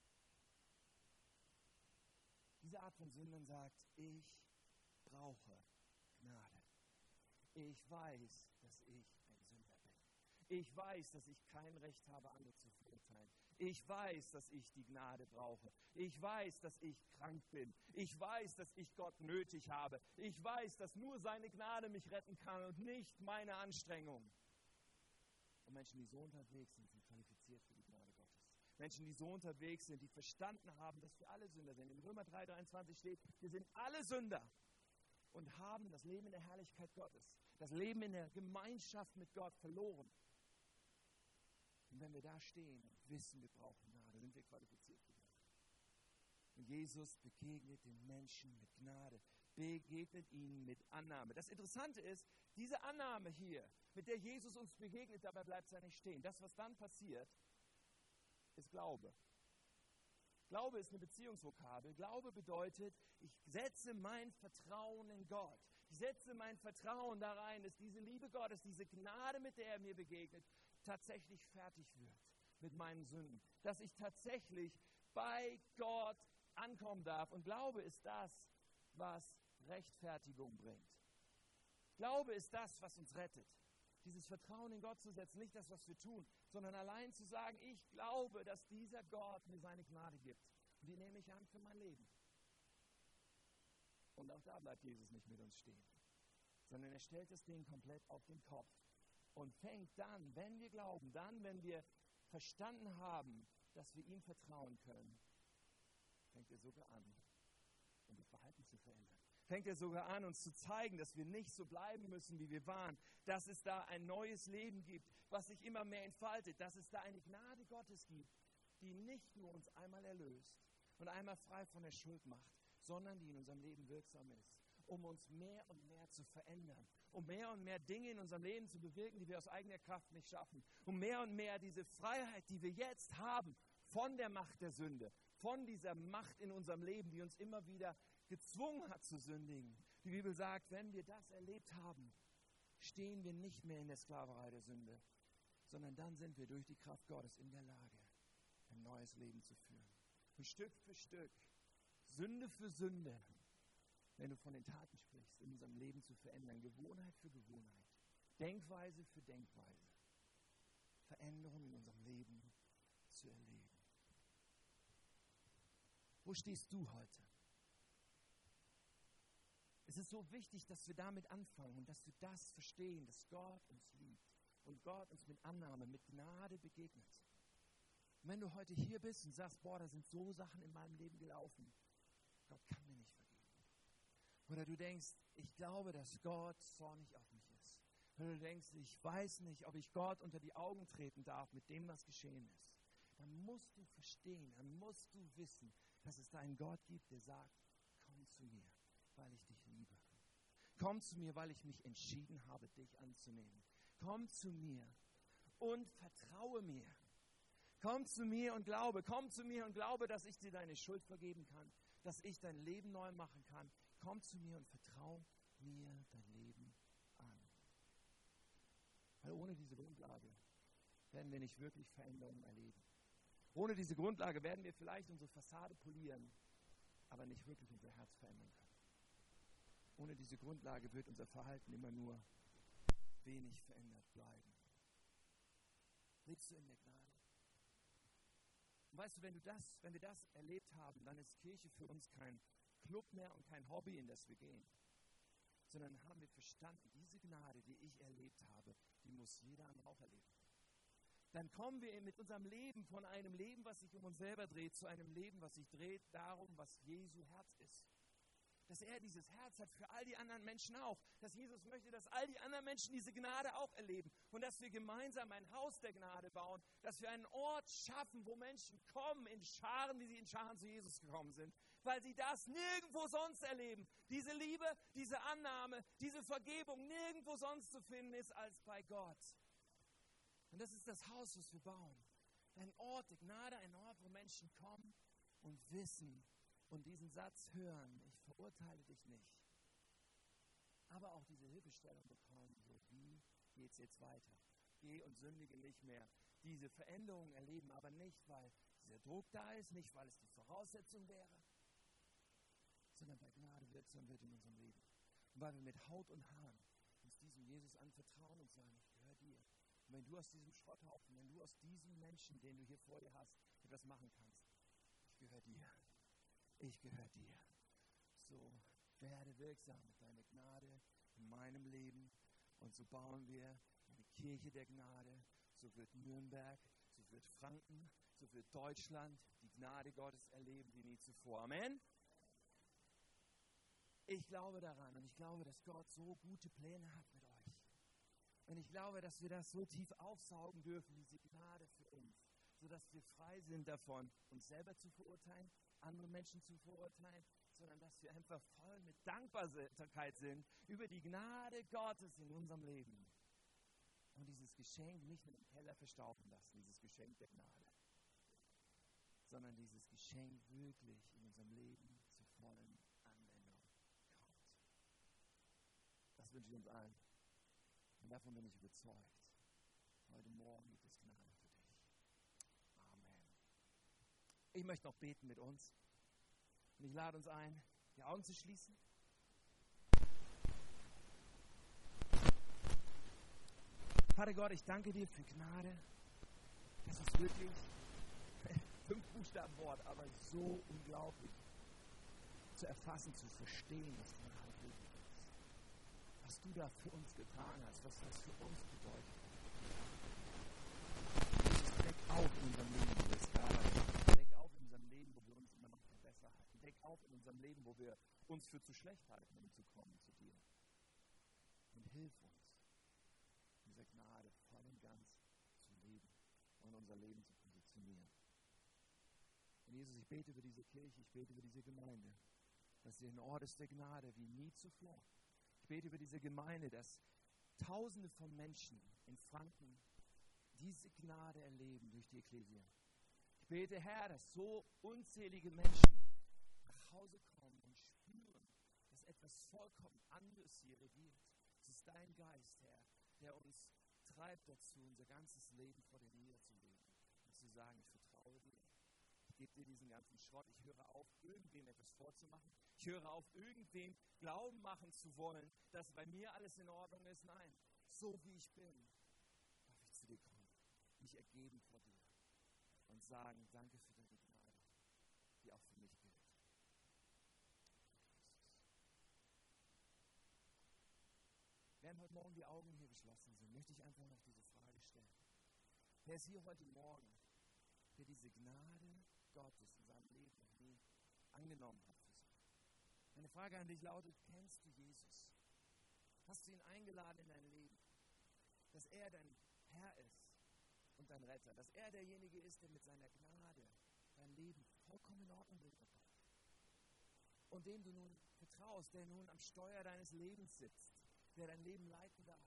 A: Diese Art von Sündern sagt, ich brauche Gnade. Ich weiß, dass ich ein Sünder bin. Ich weiß, dass ich kein Recht habe, andere zu verurteilen. Ich weiß, dass ich die Gnade brauche. Ich weiß, dass ich krank bin. Ich weiß, dass ich Gott nötig habe. Ich weiß, dass nur seine Gnade mich retten kann und nicht meine Anstrengung. Menschen, die so unterwegs sind, sind qualifiziert für die Gnade Gottes. Menschen, die so unterwegs sind, die verstanden haben, dass wir alle Sünder sind. In Römer drei dreiundzwanzig steht, wir sind alle Sünder und haben das Leben in der Herrlichkeit Gottes, das Leben in der Gemeinschaft mit Gott verloren. Und wenn wir da stehen und wissen, wir brauchen Gnade, sind wir qualifiziert für Gnade. Und Jesus begegnet den Menschen mit Gnade, begegnet ihnen mit Annahme. Das Interessante ist, diese Annahme hier, mit der Jesus uns begegnet, dabei bleibt es ja nicht stehen. Das, was dann passiert, ist Glaube. Glaube ist eine Beziehungsvokabel. Glaube bedeutet, ich setze mein Vertrauen in Gott. Ich setze mein Vertrauen da rein, dass diese Liebe Gottes, diese Gnade, mit der er mir begegnet, tatsächlich fertig wird mit meinen Sünden. Dass ich tatsächlich bei Gott ankommen darf. Und Glaube ist das, was Rechtfertigung bringt. Glaube ist das, was uns rettet. Dieses Vertrauen in Gott zu setzen, nicht das, was wir tun, sondern allein zu sagen, ich glaube, dass dieser Gott mir seine Gnade gibt. Und die nehme ich an für mein Leben. Und auch da bleibt Jesus nicht mit uns stehen, sondern er stellt das Ding komplett auf den Kopf und fängt dann, wenn wir glauben, dann, wenn wir verstanden haben, dass wir ihm vertrauen können, fängt er sogar an, unser Verhalten zu verändern. Fängt er sogar an, uns zu zeigen, dass wir nicht so bleiben müssen, wie wir waren, dass es da ein neues Leben gibt, was sich immer mehr entfaltet, dass es da eine Gnade Gottes gibt, die nicht nur uns einmal erlöst und einmal frei von der Schuld macht, sondern die in unserem Leben wirksam ist, um uns mehr und mehr zu verändern, um mehr und mehr Dinge in unserem Leben zu bewirken, die wir aus eigener Kraft nicht schaffen, um mehr und mehr diese Freiheit, die wir jetzt haben, von der Macht der Sünde, von dieser Macht in unserem Leben, die uns immer wieder gezwungen hat zu sündigen. Die Bibel sagt, wenn wir das erlebt haben, stehen wir nicht mehr in der Sklaverei der Sünde, sondern dann sind wir durch die Kraft Gottes in der Lage, ein neues Leben zu führen. Und Stück für Stück, Sünde für Sünde, wenn du von den Taten sprichst, in unserem Leben zu verändern, Gewohnheit für Gewohnheit, Denkweise für Denkweise, Veränderung in unserem Leben zu erleben. Wo stehst du heute? Es ist so wichtig, dass wir damit anfangen und dass wir das verstehen, dass Gott uns liebt und Gott uns mit Annahme, mit Gnade begegnet. Und wenn du heute hier bist und sagst, boah, da sind so Sachen in meinem Leben gelaufen, Gott kann mir nicht vergeben. Oder du denkst, ich glaube, dass Gott zornig auf mich ist. Oder du denkst, ich weiß nicht, ob ich Gott unter die Augen treten darf mit dem, was geschehen ist. Dann musst du verstehen, dann musst du wissen, dass es da einen Gott gibt, der sagt, komm zu mir, weil ich dich liebe. Komm zu mir, weil ich mich entschieden habe, dich anzunehmen. Komm zu mir und vertraue mir. Komm zu mir und glaube. Komm zu mir und glaube, dass ich dir deine Schuld vergeben kann, dass ich dein Leben neu machen kann. Komm zu mir und vertraue mir dein Leben an. Weil ohne diese Grundlage werden wir nicht wirklich Veränderungen erleben. Ohne diese Grundlage werden wir vielleicht unsere Fassade polieren, aber nicht wirklich unser Herz verändern können. Ohne diese Grundlage wird unser Verhalten immer nur wenig verändert bleiben. Lebst du in der Gnade? Und weißt du, wenn du das, wenn wir das erlebt haben, dann ist Kirche für uns kein Club mehr und kein Hobby, in das wir gehen. Sondern haben wir verstanden, diese Gnade, die ich erlebt habe, die muss jeder andere auch erleben. Dann kommen wir mit unserem Leben von einem Leben, was sich um uns selber dreht, zu einem Leben, was sich dreht darum, was Jesu Herz ist. Dass er dieses Herz hat für all die anderen Menschen auch. Dass Jesus möchte, dass all die anderen Menschen diese Gnade auch erleben. Und dass wir gemeinsam ein Haus der Gnade bauen. Dass wir einen Ort schaffen, wo Menschen kommen in Scharen, wie sie in Scharen zu Jesus gekommen sind. Weil sie das nirgendwo sonst erleben. Diese Liebe, diese Annahme, diese Vergebung nirgendwo sonst zu finden ist als bei Gott. Und das ist das Haus, was wir bauen. Ein Ort der Gnade, ein Ort, wo Menschen kommen und wissen und diesen Satz hören, ich verurteile dich nicht. Aber auch diese Hilfestellung bekommen, so wie geht es jetzt weiter? Geh und sündige nicht mehr. Diese Veränderung erleben, aber nicht, weil dieser Druck da ist, nicht, weil es die Voraussetzung wäre, sondern weil Gnade wirksam wird in unserem Leben. Und weil wir mit Haut und Haaren uns diesem Jesus anvertrauen und sagen, ich gehöre dir. Und wenn du aus diesem Schrotthaufen, wenn du aus diesem Menschen, den du hier vor dir hast, etwas machen kannst, ich gehöre dir. Ich gehöre dir. So werde wirksam mit deiner Gnade in meinem Leben. Und so bauen wir eine Kirche der Gnade. so wird Nürnberg, so wird Franken, so wird Deutschland die Gnade Gottes erleben wie nie zuvor. Amen. Ich glaube daran und ich glaube, dass Gott so gute Pläne hat mit euch. Und ich glaube, dass wir das so tief aufsaugen dürfen, diese Gnade für uns, sodass wir frei sind davon, uns selber zu verurteilen, andere Menschen zu verurteilen, sondern dass wir einfach voll mit Dankbarkeit sind über die Gnade Gottes in unserem Leben. Und dieses Geschenk nicht nur im Keller verstauben lassen, dieses Geschenk der Gnade, sondern dieses Geschenk wirklich in unserem Leben zur vollen Anwendung kommt. Das wünsche ich uns allen. Und davon bin ich überzeugt. Heute Morgen gibt es Gnade für dich. Amen. Ich möchte noch beten mit uns. Und ich lade uns ein, die Augen zu schließen. Vater Gott, ich danke dir für Gnade. Das ist wirklich fünf Buchstabenwort, aber so unglaublich zu erfassen, zu verstehen, was Gnade wirklich ist. Was du da für uns getan hast, was das für uns bedeutet. Jesus, deck auf in unserem Leben, wo wir es gerade haben. Deck auf in unserem Leben, wo wir uns immer noch verbessern halten. Deck auf in unserem Leben, wo wir uns für zu schlecht halten, um zu kommen zu dir. Und hilf uns, diese Gnade voll und ganz zu leben und unser Leben zu positionieren. Und Jesus, ich bete über diese Kirche, ich bete über diese Gemeinde, dass sie ein Ort ist der Gnade wie nie zuvor. Ich bete über diese Gemeinde, dass Tausende von Menschen in Franken diese Gnade erleben durch die Ekklesia. Ich bete, Herr, dass so unzählige Menschen nach Hause kommen und spüren, dass etwas vollkommen anderes hier regiert. Es ist dein Geist, Herr, der uns treibt dazu, unser ganzes Leben vor dir niederzulegen und zu sagen, ich vertraue dir. Ich gebe dir diesen ganzen Schrott. Ich höre auf, irgendwem etwas vorzumachen. Ich höre auf, irgendwem Glauben machen zu wollen, dass bei mir alles in Ordnung ist. Nein, so wie ich bin, darf ich zu dir kommen, mich ergeben vor dir und sagen, danke für deine Gnade, die auch für mich gilt. Während heute Morgen die Augen hier geschlossen sind, möchte ich einfach noch diese Frage stellen. Wer ist hier heute Morgen, der diese Gnade Gottes in seinem Leben noch nie angenommen hat für sich? Meine Frage an dich lautet, kennst du Jesus? Hast du ihn eingeladen in dein Leben? Dass er dein Herr ist und dein Retter. Dass er derjenige ist, der mit seiner Gnade dein Leben vollkommen in Ordnung bringt. Und dem du nun vertraust, der nun am Steuer deines Lebens sitzt, der dein Leben leiten darf.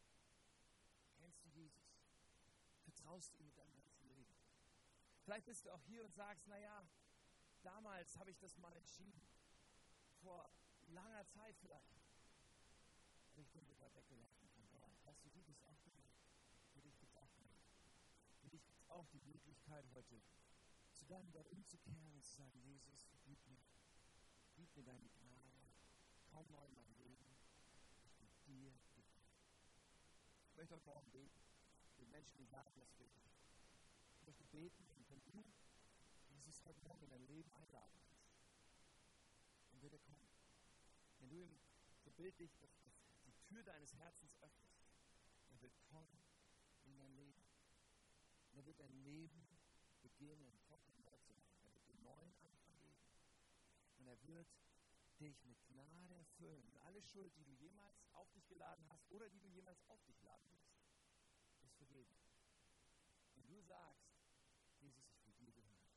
A: Kennst du Jesus? Vertraust du ihm mit deinem ganzen Leben? Vielleicht bist du auch hier und sagst, naja, damals habe ich das mal entschieden. Vor langer Zeit vielleicht. Aber ich bin so weit weggelaufen von Gott. Weißt du, du bist auch gemacht. Für dich gibt es auch gemacht. Für dich gibt es auch die Möglichkeit heute, zu deinem Gott umzukehren und zu sagen, Jesus, vergib mir. Gib mir deine Gnade. Komm neu in mein Leben. Ich will dir bitten. Ich möchte heute Morgen beten. Den Menschen, die sagen, das will ich. Ich möchte beten, und wenn du Jesus heute Morgen in dein Leben einladen kannst, dann wird er kommen. Wenn du ihm so bildlich die Tür deines Herzens öffnest, er wird kommen in dein Leben. Und er wird dein Leben beginnen, vollkommen neu zu machen. Er wird dir neuen Anfang geben. Und er wird dich mit Gnade erfüllen. Und alle Schuld, die du jemals auf dich geladen hast oder die du jemals auf dich laden wirst, ist vergeben. Und du sagst, Jesus, ich will dir gehören.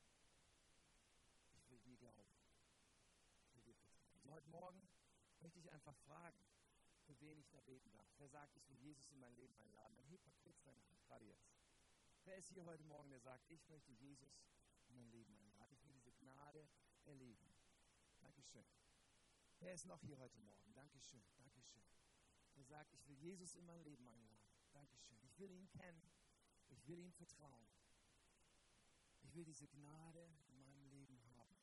A: Ich will dir glauben. Ich will dir vertrauen. Und heute Morgen möchte ich einfach fragen, für wen ich da beten darf. Wer sagt, ich will Jesus in mein Leben einladen? Dann heb mal kurz deine Hand, gerade jetzt. Wer ist hier heute Morgen, der sagt, ich möchte Jesus in mein Leben einladen? Ich will diese Gnade erleben. Dankeschön. Wer ist noch hier heute Morgen? Dankeschön, Dankeschön. Der sagt, ich will Jesus in mein Leben einladen. Dankeschön. Ich will ihn kennen. Ich will ihm vertrauen. Ich will diese Gnade in meinem Leben haben.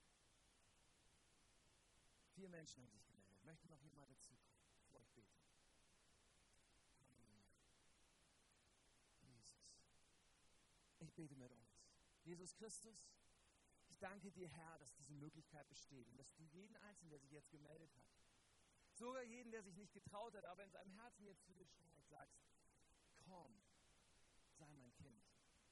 A: Vier Menschen haben sich gemeldet. Möchte noch jemand dazukommen, bevor ich bete? Halleluja. Jesus. Ich bete mit uns. Jesus Christus, ich danke dir, Herr, dass diese Möglichkeit besteht und dass du jeden Einzelnen, der sich jetzt gemeldet hat, sogar jeden, der sich nicht getraut hat, aber in seinem Herzen jetzt zu dir schreit, sagst, komm, sei mein Kind.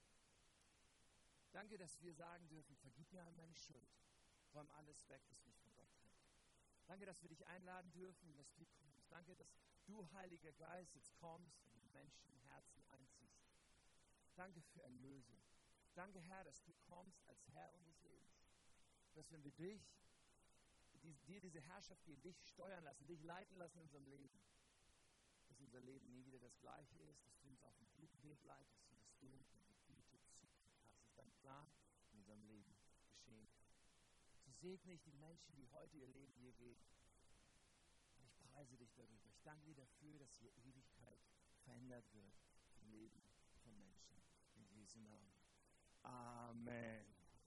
A: Danke, dass wir sagen dürfen, vergib mir all meine Schuld. Räum alles weg, was mich von Gott trennt. Danke, dass wir dich einladen dürfen, dass du kommst. Danke, dass du, Heiliger Geist, jetzt kommst und in Menschen Herzen einziehst. Danke für Erlösung. Danke, Herr, dass du kommst als Herr unseres Lebens. Dass wenn wir dich, die, dir diese Herrschaft geben, dich steuern lassen, dich leiten lassen in unserem Leben, dass unser Leben nie wieder das Gleiche ist, dass du uns auf den guten Weg leitest und dass du eine gute Zukunft hast, dass dein Plan in unserem Leben geschehen kann. So segne ich die Menschen, die heute ihr Leben hier geben. Und ich preise dich darüber. Ich danke dir dafür, dass hier Ewigkeit verändert wird im Leben von Menschen. In Jesu Namen. Amen.